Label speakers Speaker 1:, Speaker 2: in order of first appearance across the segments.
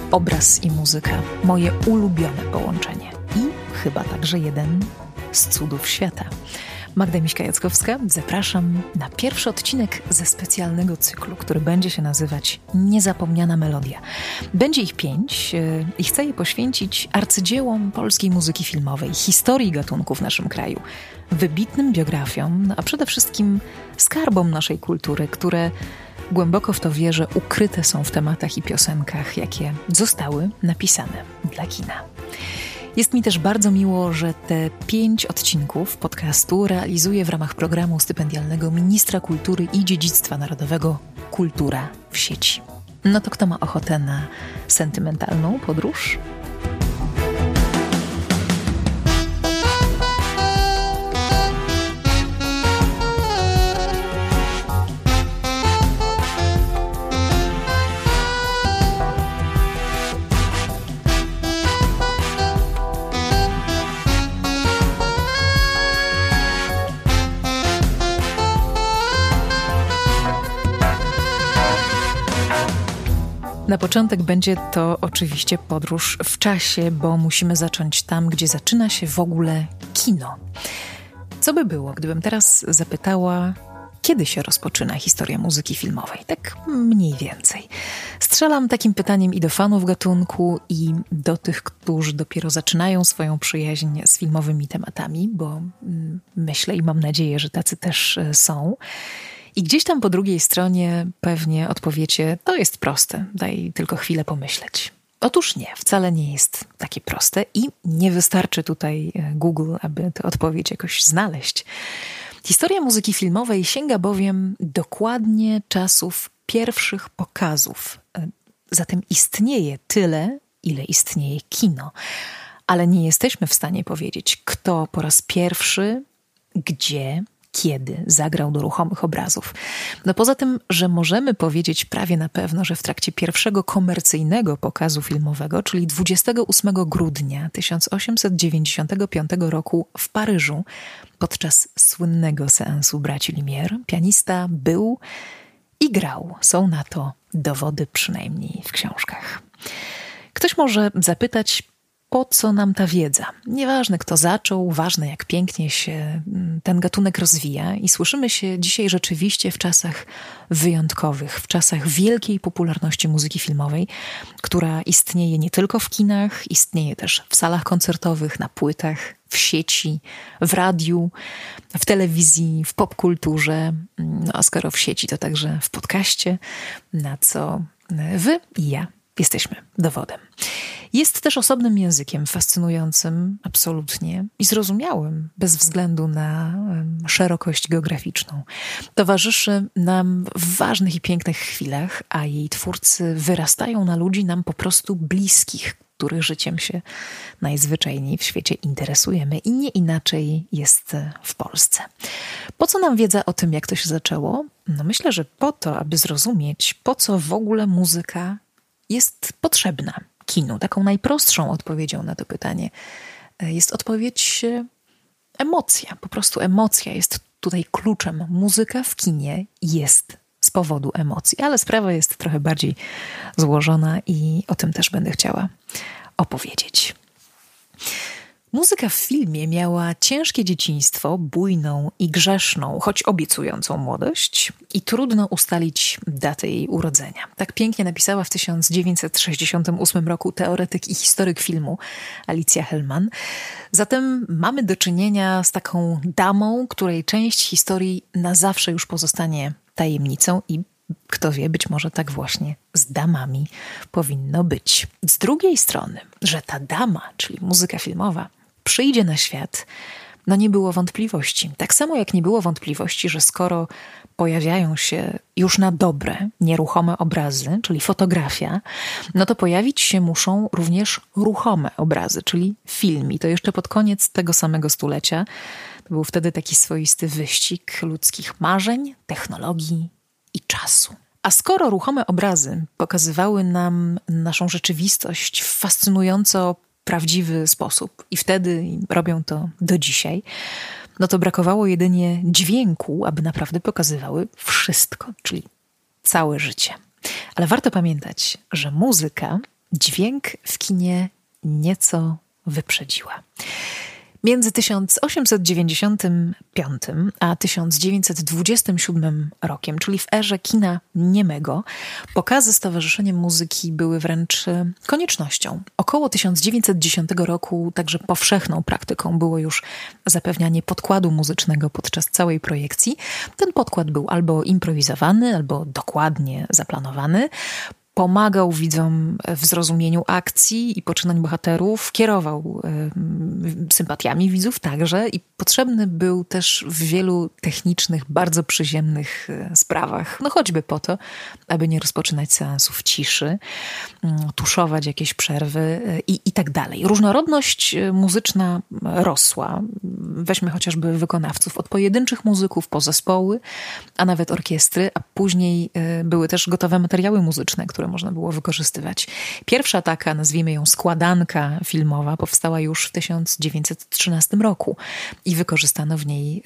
Speaker 1: Obraz i muzyka. Moje ulubione połączenie. I chyba także jeden z cudów świata. Magda Miśka-Jackowska, zapraszam na pierwszy odcinek ze specjalnego cyklu, który będzie się nazywać Niezapomniana Melodia. Będzie ich 5 i chcę je poświęcić arcydziełom polskiej muzyki filmowej, historii gatunku w naszym kraju, wybitnym biografiom, a przede wszystkim skarbom naszej kultury, które głęboko w to wierzę ukryte są w tematach i piosenkach, jakie zostały napisane dla kina. Jest mi też bardzo miło, że te 5 odcinków podcastu realizuję w ramach programu stypendialnego Ministra Kultury i Dziedzictwa Narodowego Kultura w sieci. No to kto ma ochotę na sentymentalną podróż? Na początek będzie to oczywiście podróż w czasie, bo musimy zacząć tam, gdzie zaczyna się w ogóle kino. Co by było, gdybym teraz zapytała, kiedy się rozpoczyna historia muzyki filmowej? Tak mniej więcej. Strzelam takim pytaniem i do fanów gatunku, i do tych, którzy dopiero zaczynają swoją przyjaźń z filmowymi tematami, bo myślę i mam nadzieję, że tacy też są. I gdzieś tam po drugiej stronie pewnie odpowiecie, to jest proste, daj tylko chwilę pomyśleć. Otóż nie, wcale nie jest takie proste i nie wystarczy tutaj Google, aby tę odpowiedź jakoś znaleźć. Historia muzyki filmowej sięga bowiem dokładnie czasów pierwszych pokazów. Zatem istnieje tyle, ile istnieje kino. Ale nie jesteśmy w stanie powiedzieć, kto po raz pierwszy, gdzie, kiedy zagrał do ruchomych obrazów. No poza tym, że możemy powiedzieć prawie na pewno, że w trakcie pierwszego komercyjnego pokazu filmowego, czyli 28 grudnia 1895 roku w Paryżu, podczas słynnego seansu braci Lumière, pianista był i grał. Są na to dowody, przynajmniej w książkach. Ktoś może zapytać, po co nam ta wiedza? Nieważne, kto zaczął, ważne, jak pięknie się ten gatunek rozwija i słyszymy się dzisiaj rzeczywiście w czasach wyjątkowych, w czasach wielkiej popularności muzyki filmowej, która istnieje nie tylko w kinach, istnieje też w salach koncertowych, na płytach, w sieci, w radiu, w telewizji, w popkulturze, no a skoro w sieci, to także w podcaście, na co wy i ja jesteśmy dowodem. Jest też osobnym językiem, fascynującym absolutnie i zrozumiałym, bez względu na szerokość geograficzną. Towarzyszy nam w ważnych i pięknych chwilach, a jej twórcy wyrastają na ludzi nam po prostu bliskich, których życiem się najzwyczajniej w świecie interesujemy i nie inaczej jest w Polsce. Po co nam wiedza o tym, jak to się zaczęło? No myślę, że po to, aby zrozumieć, po co w ogóle muzyka jest potrzebna kinu. Taką najprostszą odpowiedzią na to pytanie jest odpowiedź emocja. Po prostu emocja jest tutaj kluczem. Muzyka w kinie jest z powodu emocji, ale sprawa jest trochę bardziej złożona i o tym też będę chciała opowiedzieć. Muzyka w filmie miała ciężkie dzieciństwo, bujną i grzeszną, choć obiecującą młodość i trudno ustalić datę jej urodzenia. Tak pięknie napisała w 1968 roku teoretyk i historyk filmu Alicja Hellman. Zatem mamy do czynienia z taką damą, której część historii na zawsze już pozostanie tajemnicą i kto wie, być może tak właśnie z damami powinno być. Z drugiej strony, że ta dama, czyli muzyka filmowa, przyjdzie na świat, no nie było wątpliwości. Tak samo jak nie było wątpliwości, że skoro pojawiają się już na dobre nieruchome obrazy, czyli fotografia, no to pojawić się muszą również ruchome obrazy, czyli film. I to jeszcze pod koniec tego samego stulecia. To był wtedy taki swoisty wyścig ludzkich marzeń, technologii i czasu. A skoro ruchome obrazy pokazywały nam naszą rzeczywistość w fascynująco prawdziwy sposób i wtedy robią to do dzisiaj, no to brakowało jedynie dźwięku, aby naprawdę pokazywały wszystko, czyli całe życie. Ale warto pamiętać, że muzyka dźwięk w kinie nieco wyprzedziła. Między 1895 a 1927 rokiem, czyli w erze kina niemego, pokazy z Towarzyszeniem Muzyki były wręcz koniecznością. Około 1910 roku także powszechną praktyką było już zapewnianie podkładu muzycznego podczas całej projekcji. Ten podkład był albo improwizowany, albo dokładnie zaplanowany. Pomagał widzom w zrozumieniu akcji i poczynań bohaterów, kierował sympatiami widzów także i potrzebny był też w wielu technicznych, bardzo przyziemnych sprawach. No choćby po to, aby nie rozpoczynać seansów ciszy, tuszować jakieś przerwy i tak dalej. Różnorodność muzyczna rosła. Weźmy chociażby wykonawców, od pojedynczych muzyków po zespoły, a nawet orkiestry, a później były też gotowe materiały muzyczne, które można było wykorzystywać. Pierwsza taka, nazwijmy ją składanka filmowa, powstała już w 1913 roku i wykorzystano w niej,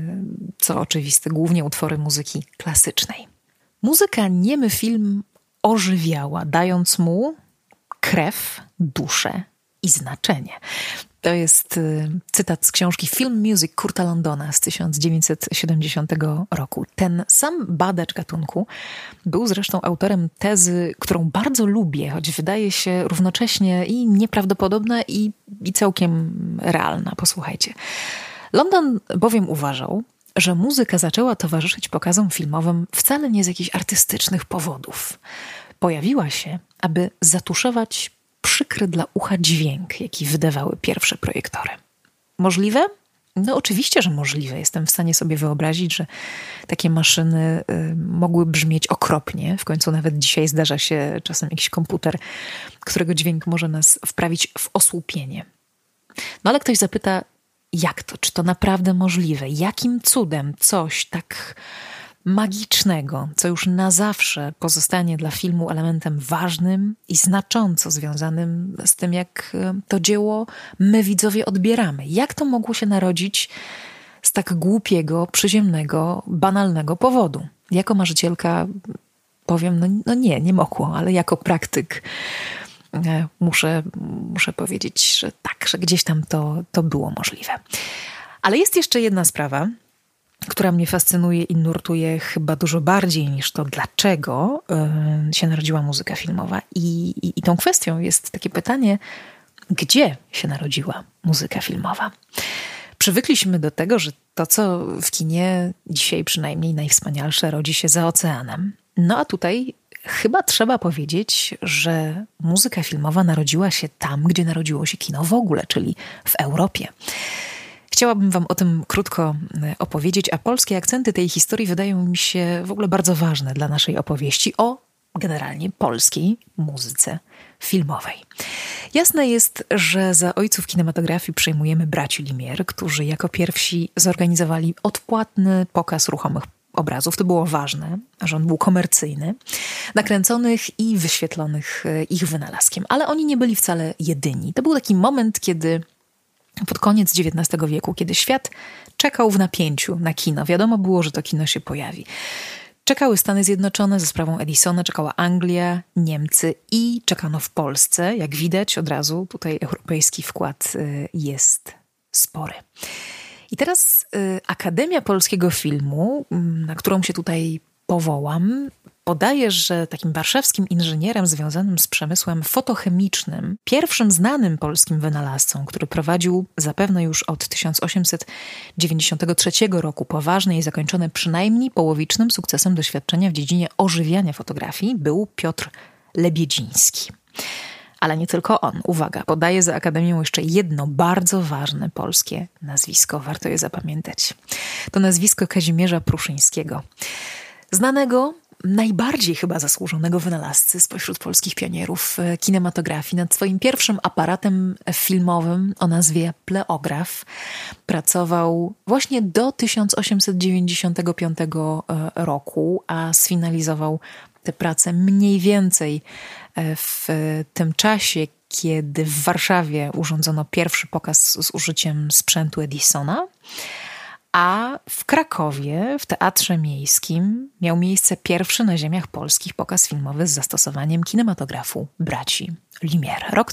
Speaker 1: co oczywiste, głównie utwory muzyki klasycznej. Muzyka niemy film ożywiała, dając mu krew, duszę i znaczenie. To jest cytat z książki Film Music Kurta Londona z 1970 roku. Ten sam badacz gatunku był zresztą autorem tezy, którą bardzo lubię, choć wydaje się równocześnie i nieprawdopodobna, i całkiem realna. Posłuchajcie. London bowiem uważał, że muzyka zaczęła towarzyszyć pokazom filmowym wcale nie z jakichś artystycznych powodów. Pojawiła się, aby zatuszować przykry dla ucha dźwięk, jaki wydawały pierwsze projektory. Możliwe? No oczywiście, że możliwe. Jestem w stanie sobie wyobrazić, że takie maszyny mogły brzmieć okropnie. W końcu nawet dzisiaj zdarza się czasem jakiś komputer, którego dźwięk może nas wprawić w osłupienie. No ale ktoś zapyta, jak to? Czy to naprawdę możliwe? Jakim cudem coś tak magicznego, co już na zawsze pozostanie dla filmu elementem ważnym i znacząco związanym z tym, jak to dzieło my widzowie odbieramy. Jak to mogło się narodzić z tak głupiego, przyziemnego, banalnego powodu? Jako marzycielka powiem, no nie mogło, ale jako praktyk muszę powiedzieć, że tak, że gdzieś tam to było możliwe. Ale jest jeszcze jedna sprawa, która mnie fascynuje i nurtuje chyba dużo bardziej niż to, dlaczego się narodziła muzyka filmowa. I tą kwestią jest takie pytanie, gdzie się narodziła muzyka filmowa? Przywykliśmy do tego, że to, co w kinie dzisiaj przynajmniej najwspanialsze, rodzi się za oceanem. No a tutaj chyba trzeba powiedzieć, że muzyka filmowa narodziła się tam, gdzie narodziło się kino w ogóle, czyli w Europie. Chciałabym wam o tym krótko opowiedzieć, a polskie akcenty tej historii wydają mi się w ogóle bardzo ważne dla naszej opowieści o generalnie polskiej muzyce filmowej. Jasne jest, że za ojców kinematografii przyjmujemy braci Lumière, którzy jako pierwsi zorganizowali odpłatny pokaz ruchomych obrazów. To było ważne, że on był komercyjny, nakręconych i wyświetlonych ich wynalazkiem. Ale oni nie byli wcale jedyni. To był taki moment, kiedy pod koniec XIX wieku, kiedy świat czekał w napięciu na kino. Wiadomo było, że to kino się pojawi. Czekały Stany Zjednoczone za sprawą Edisona, czekała Anglia, Niemcy i czekano w Polsce. Jak widać od razu tutaj europejski wkład jest spory. I teraz Akademia Polskiego Filmu, na którą się tutaj powołam, podaje, że takim warszawskim inżynierem związanym z przemysłem fotochemicznym, pierwszym znanym polskim wynalazcą, który prowadził zapewne już od 1893 roku poważne i zakończone przynajmniej połowicznym sukcesem doświadczenia w dziedzinie ożywiania fotografii, był Piotr Lebiedziński. Ale nie tylko on. Uwaga, podaje za Akademią jeszcze jedno bardzo ważne polskie nazwisko. Warto je zapamiętać. To nazwisko Kazimierza Pruszyńskiego. Znanego, najbardziej chyba zasłużonego wynalazcy spośród polskich pionierów kinematografii. Nad swoim pierwszym aparatem filmowym o nazwie pleograf pracował właśnie do 1895 roku, a sfinalizował tę pracę mniej więcej w tym czasie, kiedy w Warszawie urządzono pierwszy pokaz z użyciem sprzętu Edisona. A w Krakowie, w Teatrze Miejskim, miał miejsce pierwszy na ziemiach polskich pokaz filmowy z zastosowaniem kinematografu braci Lumière. Rok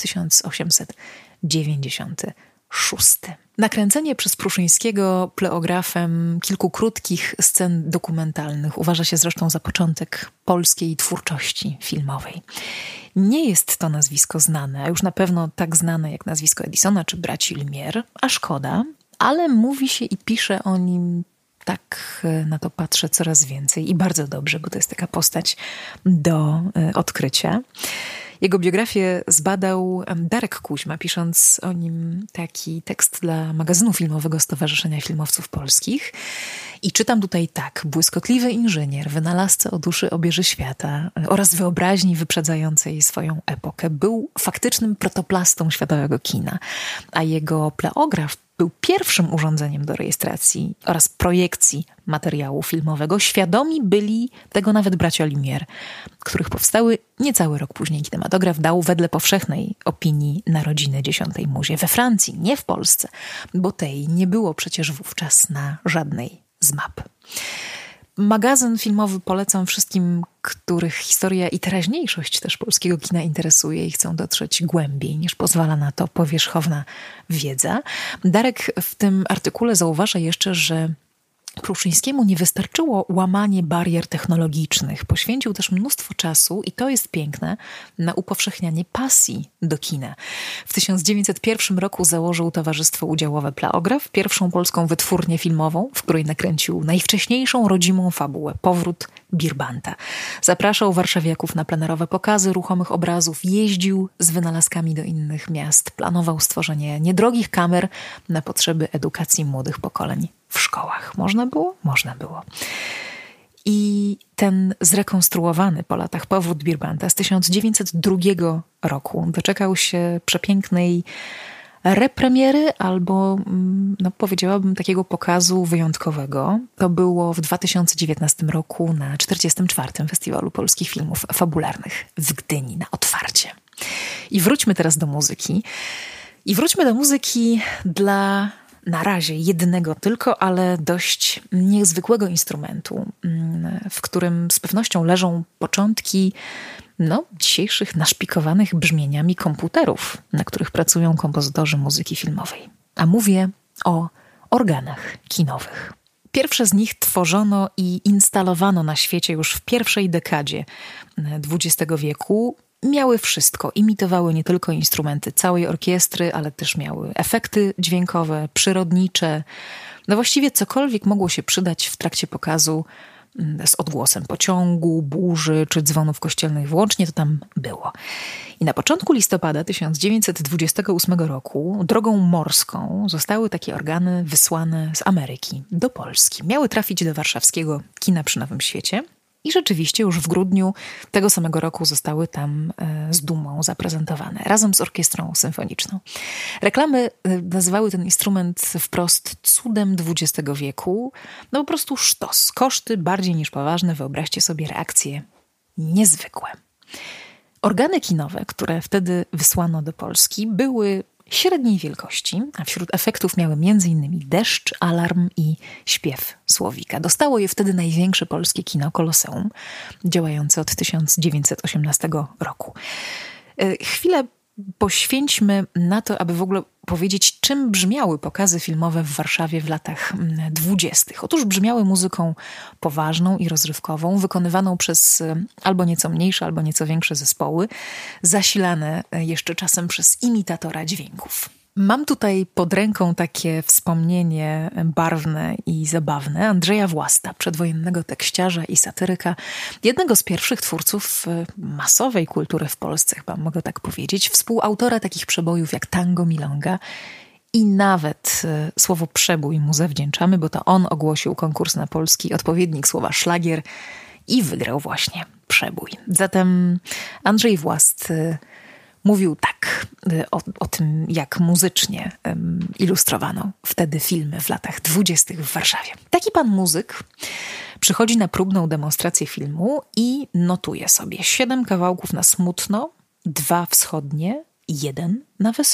Speaker 1: 1896. Nakręcenie przez Pruszyńskiego pleografem kilku krótkich scen dokumentalnych uważa się zresztą za początek polskiej twórczości filmowej. Nie jest to nazwisko znane, a już na pewno tak znane jak nazwisko Edisona czy braci Lumière, a szkoda, ale mówi się i pisze o nim, tak na to patrzę, coraz więcej i bardzo dobrze, bo to jest taka postać do odkrycia. Jego biografię zbadał Darek Kuźma, pisząc o nim taki tekst dla magazynu filmowego Stowarzyszenia Filmowców Polskich. I czytam tutaj tak: błyskotliwy inżynier, wynalazca o duszy obieży świata oraz wyobraźni wyprzedzającej swoją epokę, był faktycznym protoplastą światowego kina, a jego pleograf był pierwszym urządzeniem do rejestracji oraz projekcji materiału filmowego. Świadomi byli tego nawet bracia Lumière, których powstały niecały rok później kinematograf dał wedle powszechnej opinii narodziny 10. muzie we Francji, nie w Polsce, bo tej nie było przecież wówczas na żadnej z map. Magazyn filmowy polecam wszystkim, których historia i teraźniejszość też polskiego kina interesuje i chcą dotrzeć głębiej niż pozwala na to powierzchowna wiedza. Darek w tym artykule zauważa jeszcze, że Pruszyńskiemu nie wystarczyło łamanie barier technologicznych. Poświęcił też mnóstwo czasu, i to jest piękne, na upowszechnianie pasji do kina. W 1901 roku założył Towarzystwo Udziałowe Pleograf, pierwszą polską wytwórnię filmową, w której nakręcił najwcześniejszą rodzimą fabułę Powrót Birbanta. Zapraszał warszawiaków na plenerowe pokazy ruchomych obrazów, jeździł z wynalazkami do innych miast, planował stworzenie niedrogich kamer na potrzeby edukacji młodych pokoleń w szkołach. Można było? Można było. I ten zrekonstruowany po latach Powrót Birbanta z 1902 roku doczekał się przepięknej repremiery albo, powiedziałabym, takiego pokazu wyjątkowego. To było w 2019 roku na 44. Festiwalu Polskich Filmów Fabularnych w Gdyni na otwarcie. I wróćmy teraz do muzyki. I wróćmy do muzyki dla na razie jednego tylko, ale dość niezwykłego instrumentu, w którym z pewnością leżą początki dzisiejszych naszpikowanych brzmieniami komputerów, na których pracują kompozytorzy muzyki filmowej. A mówię o organach kinowych. Pierwsze z nich tworzono i instalowano na świecie już w pierwszej dekadzie XX wieku. Miały wszystko. Imitowały nie tylko instrumenty całej orkiestry, ale też miały efekty dźwiękowe, przyrodnicze. Właściwie cokolwiek mogło się przydać w trakcie pokazu z odgłosem pociągu, burzy czy dzwonów kościelnych włącznie, to tam było. I na początku listopada 1928 roku drogą morską zostały takie organy wysłane z Ameryki do Polski. Miały trafić do warszawskiego kina przy Nowym Świecie. I rzeczywiście już w grudniu tego samego roku zostały tam z dumą zaprezentowane, razem z orkiestrą symfoniczną. Reklamy nazywały ten instrument wprost cudem XX wieku. Po prostu sztos. Koszty bardziej niż poważne. Wyobraźcie sobie reakcje niezwykłe. Organy kinowe, które wtedy wysłano do Polski, były średniej wielkości, a wśród efektów miały m.in. deszcz, alarm i śpiew słowika. Dostało je wtedy największe polskie kino Koloseum, działające od 1918 roku. Chwilę poświęćmy na to, aby w ogóle powiedzieć, czym brzmiały pokazy filmowe w Warszawie w latach 20. Otóż brzmiały muzyką poważną i rozrywkową, wykonywaną przez albo nieco mniejsze, albo nieco większe zespoły, zasilane jeszcze czasem przez imitatora dźwięków. Mam tutaj pod ręką takie wspomnienie barwne i zabawne Andrzeja Własta, przedwojennego tekściarza i satyryka, jednego z pierwszych twórców masowej kultury w Polsce, chyba mogę tak powiedzieć, współautora takich przebojów jak Tango Milonga. I nawet słowo przebój mu zawdzięczamy, bo to on ogłosił konkurs na polski odpowiednik słowa szlagier i wygrał właśnie przebój. Zatem Andrzej Włast mówił tak o tym, jak muzycznie ilustrowano wtedy filmy w latach 20. w Warszawie. Taki pan muzyk przychodzi na próbną demonstrację filmu i notuje sobie 7 kawałków na smutno, 2 wschodnie i 1 na wesoło.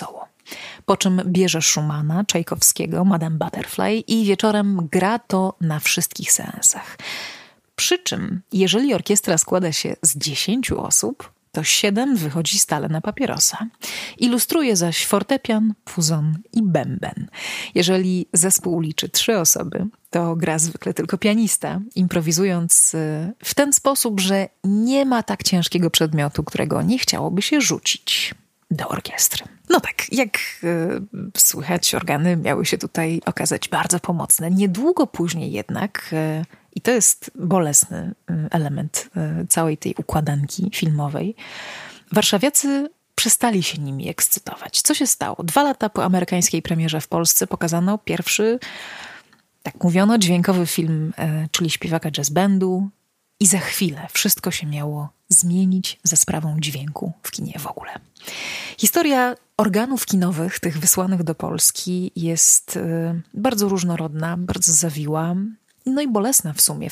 Speaker 1: po czym bierze Schumana, Czajkowskiego, Madame Butterfly i wieczorem gra to na wszystkich seansach. Przy czym, jeżeli orkiestra składa się z 10 osób, to 7 wychodzi stale na papierosa. Ilustruje zaś fortepian, puzon i bęben. Jeżeli zespół liczy 3 osoby, to gra zwykle tylko pianista, improwizując w ten sposób, że nie ma tak ciężkiego przedmiotu, którego nie chciałoby się rzucić do orkiestry. No tak, jak słychać, organy miały się tutaj okazać bardzo pomocne. Niedługo później jednak, i to jest bolesny element całej tej układanki filmowej, warszawiacy przestali się nimi ekscytować. Co się stało? 2 lata po amerykańskiej premierze w Polsce pokazano pierwszy, tak mówiono, dźwiękowy film, czyli Śpiewaka Jazz Bandu, i za chwilę wszystko się miało zmienić za sprawą dźwięku w kinie w ogóle. Historia organów kinowych, tych wysłanych do Polski, jest bardzo różnorodna, bardzo zawiła, no i bolesna w sumie. W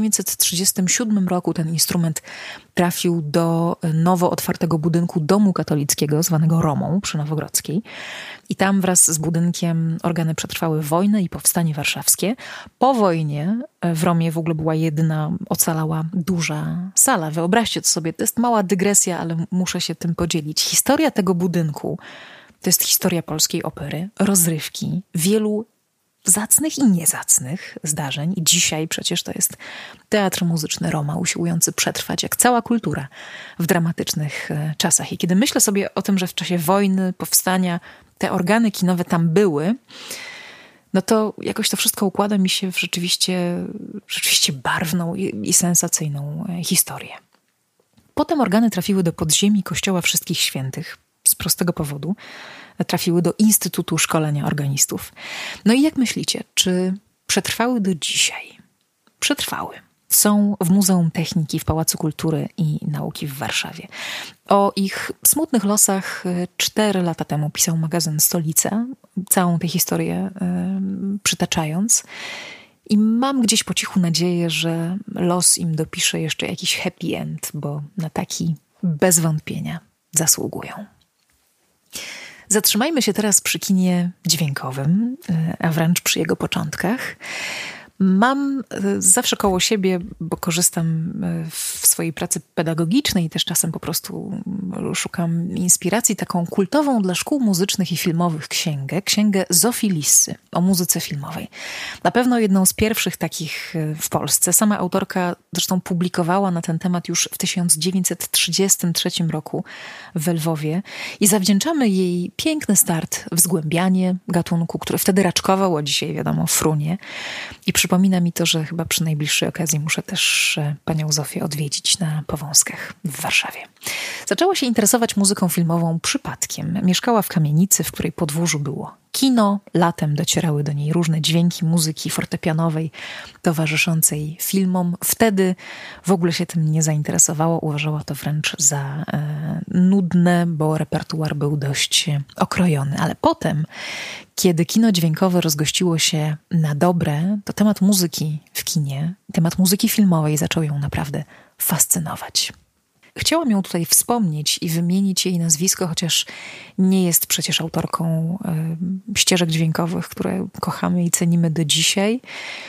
Speaker 1: 1937 roku ten instrument trafił do nowo otwartego budynku Domu Katolickiego, zwanego Romą przy Nowogrodzkiej. I tam wraz z budynkiem organy przetrwały wojnę i powstanie warszawskie. Po wojnie w Romie w ogóle była jedna ocalała duża sala. Wyobraźcie to sobie, to jest mała dygresja, ale muszę się tym podzielić. Historia tego budynku to jest historia polskiej opery, rozrywki, wielu zacnych i niezacnych zdarzeń. I dzisiaj przecież to jest teatr muzyczny Roma, usiłujący przetrwać jak cała kultura w dramatycznych czasach. I kiedy myślę sobie o tym, że w czasie wojny, powstania te organy kinowe tam były, no to jakoś to wszystko układa mi się w rzeczywiście barwną i sensacyjną historię. Potem organy trafiły do podziemi Kościoła Wszystkich Świętych z prostego powodu. Trafiły do Instytutu Szkolenia Organistów. No i jak myślicie, czy przetrwały do dzisiaj? Przetrwały. Są w Muzeum Techniki w Pałacu Kultury i Nauki w Warszawie. O ich smutnych losach 4 lata temu pisał magazyn Stolica, całą tę historię przytaczając. I mam gdzieś po cichu nadzieję, że los im dopisze jeszcze jakiś happy end, bo na taki bez wątpienia zasługują. Zatrzymajmy się teraz przy kinie dźwiękowym, a wręcz przy jego początkach. Mam zawsze koło siebie, bo korzystam w swojej pracy pedagogicznej i też czasem po prostu szukam inspiracji, taką kultową dla szkół muzycznych i filmowych księgę Zofii Lissy o muzyce filmowej. Na pewno jedną z pierwszych takich w Polsce. Sama autorka zresztą publikowała na ten temat już w 1933 roku w Lwowie i zawdzięczamy jej piękny start w zgłębianie gatunku, który wtedy raczkował, a dzisiaj wiadomo frunie. I przypomina mi to, że chyba przy najbliższej okazji muszę też panią Zofię odwiedzić na Powązkach w Warszawie. Zaczęła się interesować muzyką filmową przypadkiem. Mieszkała w kamienicy, w której podwórzu było kino. Latem docierały do niej różne dźwięki muzyki fortepianowej towarzyszącej filmom. Wtedy w ogóle się tym nie zainteresowała. Uważała to wręcz za nudne, bo repertuar był dość okrojony. Ale potem, kiedy kino dźwiękowe rozgościło się na dobre, to temat muzyki w kinie, temat muzyki filmowej zaczął ją naprawdę fascynować. Chciałam ją tutaj wspomnieć i wymienić jej nazwisko, chociaż nie jest przecież autorką ścieżek dźwiękowych, które kochamy i cenimy do dzisiaj.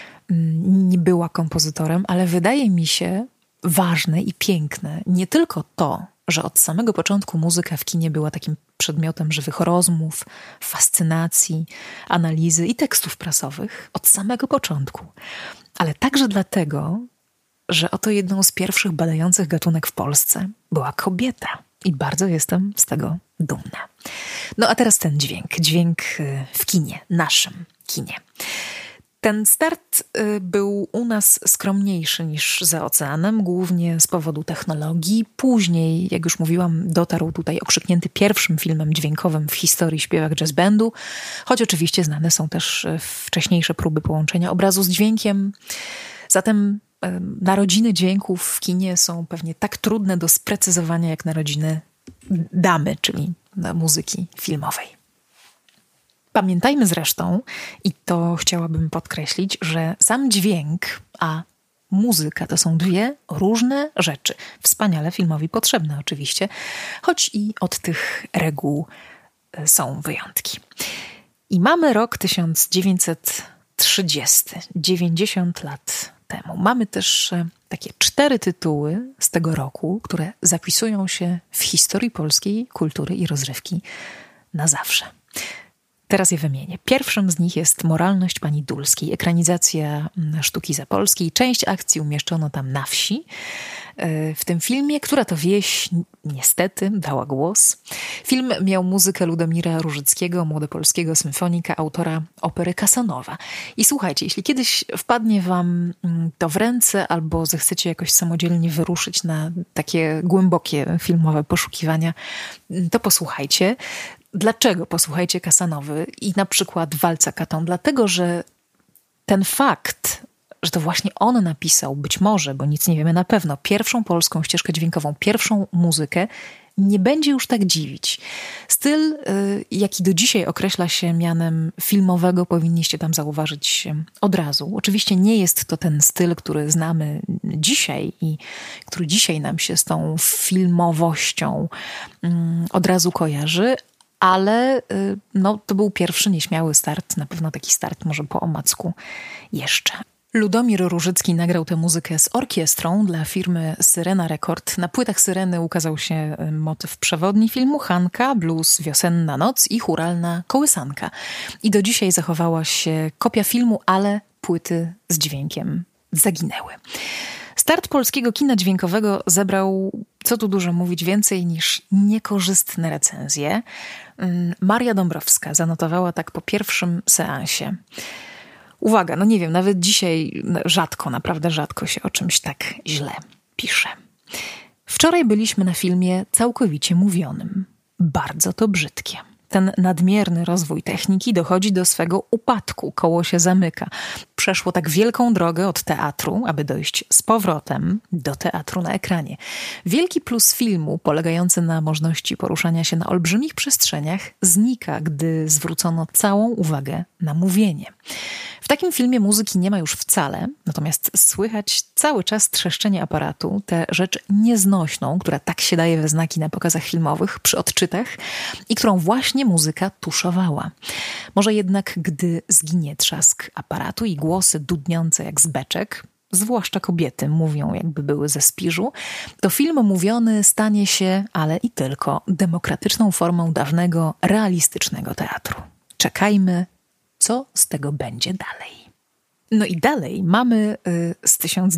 Speaker 1: Nie była kompozytorem, ale wydaje mi się ważne i piękne nie tylko to, że od samego początku muzyka w kinie była takim przedmiotem żywych rozmów, fascynacji, analizy i tekstów prasowych. Od samego początku. Ale także dlatego, że oto jedną z pierwszych badających gatunek w Polsce była kobieta. I bardzo jestem z tego dumna. No a teraz ten dźwięk w kinie, naszym kinie. Ten start był u nas skromniejszy niż za oceanem, głównie z powodu technologii. Później, jak już mówiłam, dotarł tutaj okrzyknięty pierwszym filmem dźwiękowym w historii Śpiewak Jazz Bandu, choć oczywiście znane są też wcześniejsze próby połączenia obrazu z dźwiękiem. Zatem narodziny dźwięków w kinie są pewnie tak trudne do sprecyzowania jak narodziny damy, czyli muzyki filmowej. Pamiętajmy zresztą, i to chciałabym podkreślić, że sam dźwięk, a muzyka to są dwie różne rzeczy. Wspaniale filmowi potrzebne oczywiście, choć i od tych reguł są wyjątki. I mamy rok 1930, 90 lat temu. Mamy też takie 4 tytuły z tego roku, które zapisują się w historii polskiej kultury i rozrywki na zawsze. Teraz je wymienię. Pierwszym z nich jest Moralność pani Dulskiej, ekranizacja sztuki zapolskiej. Część akcji umieszczono tam na wsi. W tym filmie, która to wieś niestety dała głos. Film miał muzykę Ludomira Różyckiego, młodopolskiego symfonika, autora opery Kasanowa. I słuchajcie, jeśli kiedyś wpadnie wam to w ręce albo zechcecie jakoś samodzielnie wyruszyć na takie głębokie filmowe poszukiwania, to posłuchajcie. Dlaczego posłuchajcie Kasanowy i na przykład Walca Katon? Dlatego, że ten fakt, że to właśnie on napisał, być może, bo nic nie wiemy na pewno, pierwszą polską ścieżkę dźwiękową, pierwszą muzykę, nie będzie już tak dziwić. Styl, jaki do dzisiaj określa się mianem filmowego, powinniście tam zauważyć od razu. Oczywiście nie jest to ten styl, który znamy dzisiaj i który dzisiaj nam się z tą filmowością od razu kojarzy, ale no, to był pierwszy nieśmiały start, na pewno taki start może po omacku jeszcze. Ludomir Różycki nagrał tę muzykę z orkiestrą dla firmy Syrena Record. Na płytach Syreny ukazał się motyw przewodni filmu Hanka, blues Wiosenna noc i chóralna Kołysanka. I do dzisiaj zachowała się kopia filmu, ale płyty z dźwiękiem zaginęły. Start polskiego kina dźwiękowego zebrał, co tu dużo mówić, więcej niż niekorzystne recenzje. Maria Dąbrowska zanotowała tak po pierwszym seansie. Uwaga, no nie wiem, nawet dzisiaj rzadko, naprawdę rzadko się o czymś tak źle pisze. Wczoraj byliśmy na filmie całkowicie mówionym. Bardzo to brzydkie. Ten nadmierny rozwój techniki dochodzi do swego upadku, koło się zamyka. Przeszło tak wielką drogę od teatru, aby dojść z powrotem do teatru na ekranie. Wielki plus filmu, polegający na możliwości poruszania się na olbrzymich przestrzeniach, znika, gdy zwrócono całą uwagę na mówienie. W takim filmie muzyki nie ma już wcale, natomiast słychać cały czas trzeszczenie aparatu, tę rzecz nieznośną, która tak się daje we znaki na pokazach filmowych, przy odczytach i którą właśnie muzyka tuszowała. Może jednak, gdy zginie trzask aparatu i głosy dudniące jak z beczek, zwłaszcza kobiety mówią, jakby były ze Spiżu, to film mówiony stanie się, ale i tylko, demokratyczną formą dawnego, realistycznego teatru. Czekajmy, co z tego będzie dalej. No i dalej mamy z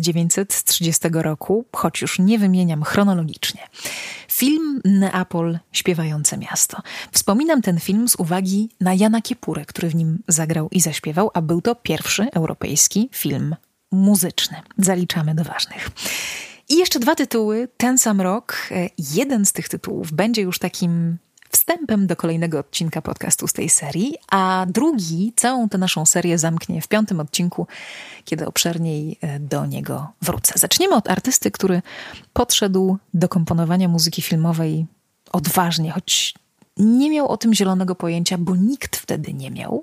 Speaker 1: 1930 roku, choć już nie wymieniam chronologicznie, film Neapol, śpiewające miasto. Wspominam ten film z uwagi na Jana Kiepurę, który w nim zagrał i zaśpiewał, a był to pierwszy europejski film muzyczny. Zaliczamy do ważnych. I jeszcze 2 tytuły, ten sam rok. Jeden z tych tytułów będzie już takim wstępem do kolejnego odcinka podcastu z tej serii, a drugi całą tę naszą serię zamknie w 5. odcinku, kiedy obszerniej do niego wrócę. Zaczniemy od artysty, który podszedł do komponowania muzyki filmowej odważnie, choć nie miał o tym zielonego pojęcia, bo nikt wtedy nie miał.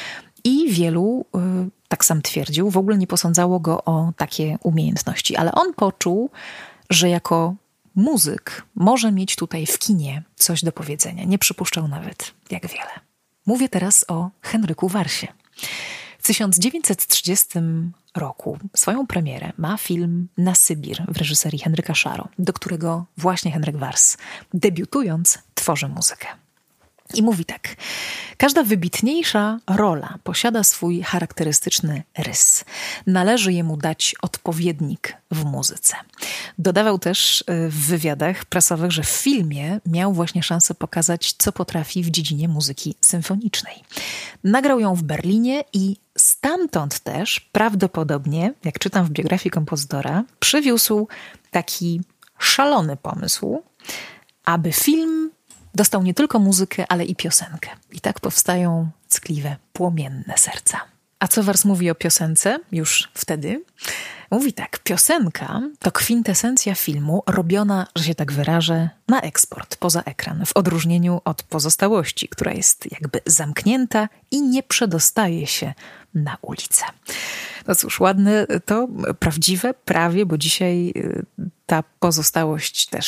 Speaker 1: I wielu, tak sam twierdził, w ogóle nie posądzało go o takie umiejętności. Ale on poczuł, że jako muzyk może mieć tutaj w kinie coś do powiedzenia. Nie przypuszczał nawet, jak wiele. Mówię teraz o Henryku Warsie. W 1930 roku swoją premierę ma film Na Sybir w reżyserii Henryka Szaro, do którego właśnie Henryk Wars, debiutując, tworzy muzykę. I mówi tak: każda wybitniejsza rola posiada swój charakterystyczny rys. Należy jemu dać odpowiednik w muzyce. Dodawał też w wywiadach prasowych, że w filmie miał właśnie szansę pokazać, co potrafi w dziedzinie muzyki symfonicznej. Nagrał ją w Berlinie i stamtąd też prawdopodobnie, jak czytam w biografii kompozytora, przywiózł taki szalony pomysł, aby film dostał nie tylko muzykę, ale i piosenkę. I tak powstają ckliwe, płomienne serca. A co Wars mówi o piosence już wtedy? Mówi tak: piosenka to kwintesencja filmu robiona, że się tak wyrażę, na eksport, poza ekran, w odróżnieniu od pozostałości, która jest jakby zamknięta i nie przedostaje się na ulicę. No cóż, ładne to, prawdziwe, prawie, bo dzisiaj ta pozostałość też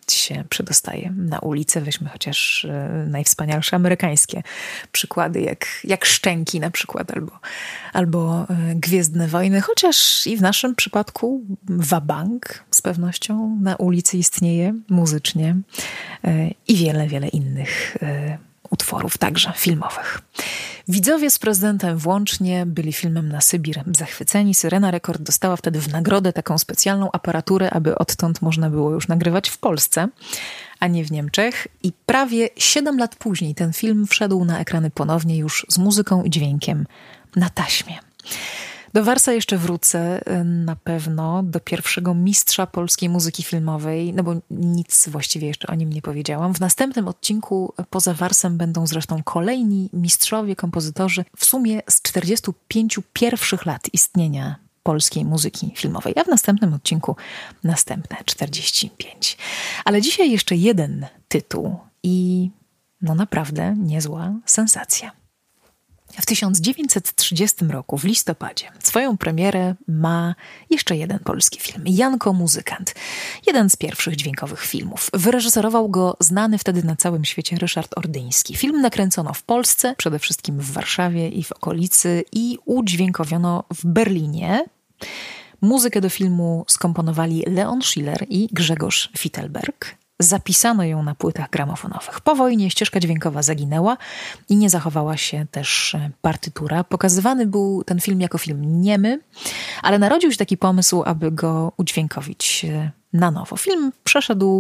Speaker 1: się przedostaje na ulicę. Weźmy chociaż najwspanialsze amerykańskie przykłady, jak Szczęki na przykład, albo Gwiezdne Wojny, chociaż i w naszym przypadku Wabank z pewnością na ulicy istnieje muzycznie i wiele, wiele innych utworów, także filmowych. Widzowie z Prezydentem włącznie byli filmem na Sybir zachwyceni. Syrena Rekord dostała wtedy w nagrodę taką specjalną aparaturę, aby odtąd można było już nagrywać w Polsce, a nie w Niemczech. I prawie 7 lat później ten film wszedł na ekrany ponownie już z muzyką i dźwiękiem na taśmie. Do Warsa jeszcze wrócę na pewno, do pierwszego mistrza polskiej muzyki filmowej, no bo nic właściwie jeszcze o nim nie powiedziałam. W następnym odcinku poza Warsem będą zresztą kolejni mistrzowie, kompozytorzy w sumie z 45 pierwszych lat istnienia polskiej muzyki filmowej, a w następnym odcinku następne 45. Ale dzisiaj jeszcze jeden tytuł i no naprawdę niezła sensacja. W 1930 roku, w listopadzie, swoją premierę ma jeszcze jeden polski film. Janko Muzykant. Jeden z pierwszych dźwiękowych filmów. Wyreżyserował go znany wtedy na całym świecie Ryszard Ordyński. Film nakręcono w Polsce, przede wszystkim w Warszawie i w okolicy, i udźwiękowiono w Berlinie. Muzykę do filmu skomponowali Leon Schiller i Grzegorz Fittelberg. Zapisano ją na płytach gramofonowych. Po wojnie ścieżka dźwiękowa zaginęła i nie zachowała się też partytura. Pokazywany był ten film jako film niemy, ale narodził się taki pomysł, aby go udźwiękowić na nowo. Film przeszedł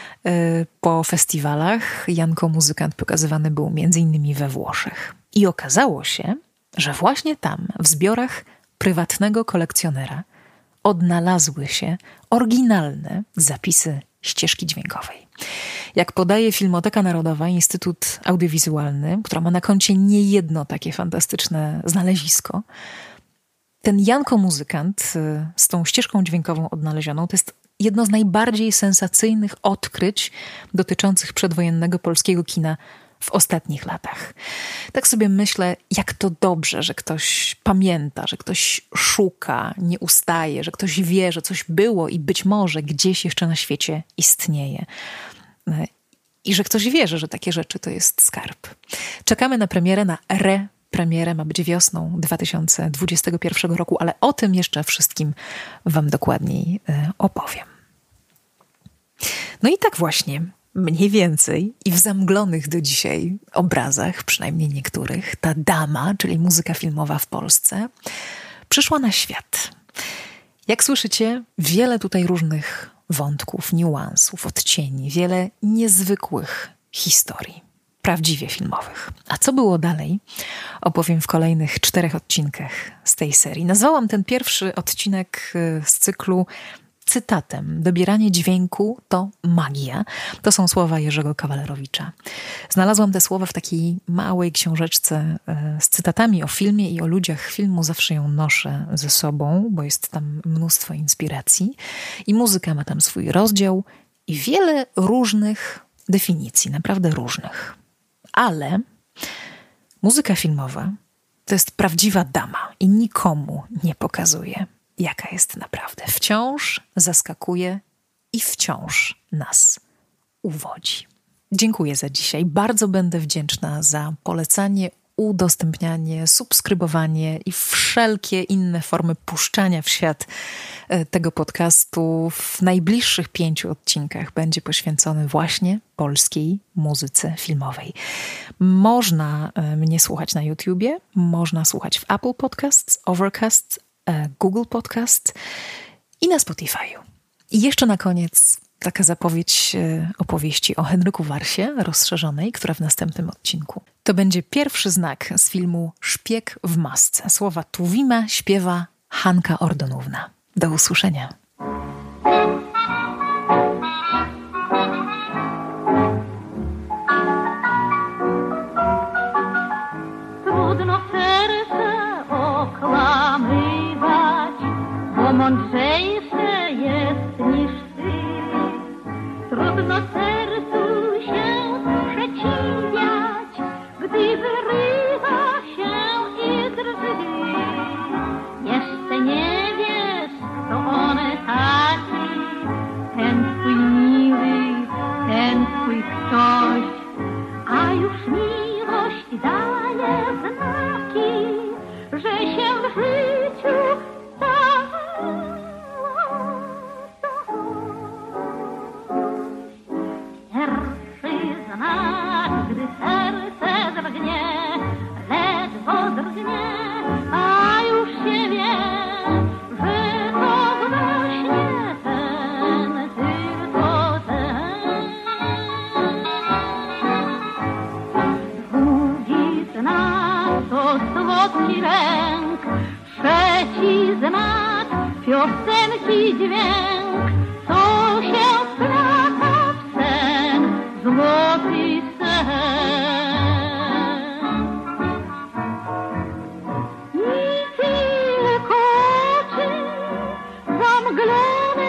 Speaker 1: po festiwalach. Janko Muzykant pokazywany był m.in. we Włoszech. I okazało się, że właśnie tam, w zbiorach prywatnego kolekcjonera, odnalazły się oryginalne zapisy ścieżki dźwiękowej. Jak podaje Filmoteka Narodowa, Instytut Audiowizualny, która ma na koncie niejedno takie fantastyczne znalezisko, ten Janko Muzykant z tą ścieżką dźwiękową odnalezioną to jest jedno z najbardziej sensacyjnych odkryć dotyczących przedwojennego polskiego kina w ostatnich latach. Tak sobie myślę, jak to dobrze, że ktoś pamięta, że ktoś szuka, nie ustaje, że ktoś wie, że coś było i być może gdzieś jeszcze na świecie istnieje. I że ktoś wierzy, że takie rzeczy to jest skarb. Czekamy na premierę, na premierę, ma być wiosną 2021 roku, ale o tym jeszcze wszystkim wam dokładniej opowiem. No i tak właśnie, mniej więcej i w zamglonych do dzisiaj obrazach, przynajmniej niektórych, ta dama, czyli muzyka filmowa w Polsce, przyszła na świat. Jak słyszycie, wiele tutaj różnych wątków, niuansów, odcieni, wiele niezwykłych historii, prawdziwie filmowych. A co było dalej, opowiem w kolejnych 4 odcinkach z tej serii. Nazwałam ten pierwszy odcinek z cyklu cytatem. Dobieranie dźwięku to magia. To są słowa Jerzego Kawalerowicza. Znalazłam te słowa w takiej małej książeczce z cytatami o filmie i o ludziach filmu. Zawsze ją noszę ze sobą, bo jest tam mnóstwo inspiracji. I muzyka ma tam swój rozdział i wiele różnych definicji, naprawdę różnych. Ale muzyka filmowa to jest prawdziwa dama i nikomu nie pokazuje, jaka jest naprawdę. Wciąż zaskakuje i wciąż nas uwodzi. Dziękuję za dzisiaj. Bardzo będę wdzięczna za polecanie, udostępnianie, subskrybowanie i wszelkie inne formy puszczania w świat tego podcastu. W najbliższych 5 odcinkach będzie poświęcony właśnie polskiej muzyce filmowej. Można mnie słuchać na YouTubie, można słuchać w Apple Podcasts, Overcast, Google Podcast i na Spotify'u. I jeszcze na koniec taka zapowiedź opowieści o Henryku Warsie rozszerzonej, która w następnym odcinku. To będzie pierwszy znak z filmu Szpieg w masce. Słowa Tuwima śpiewa Hanka Ordonówna. Do usłyszenia.
Speaker 2: Trudno serce okłamywać, bo mądrzejsze jest niż ty. Trudno sercu się sprzeciwiać, gdy wyrywa się i drży. Jeszcze nie wiesz, to one taki, ten twój miły piosenki dźwięk, co się wplata w sen, złoty sen. I tylko oczy zamglone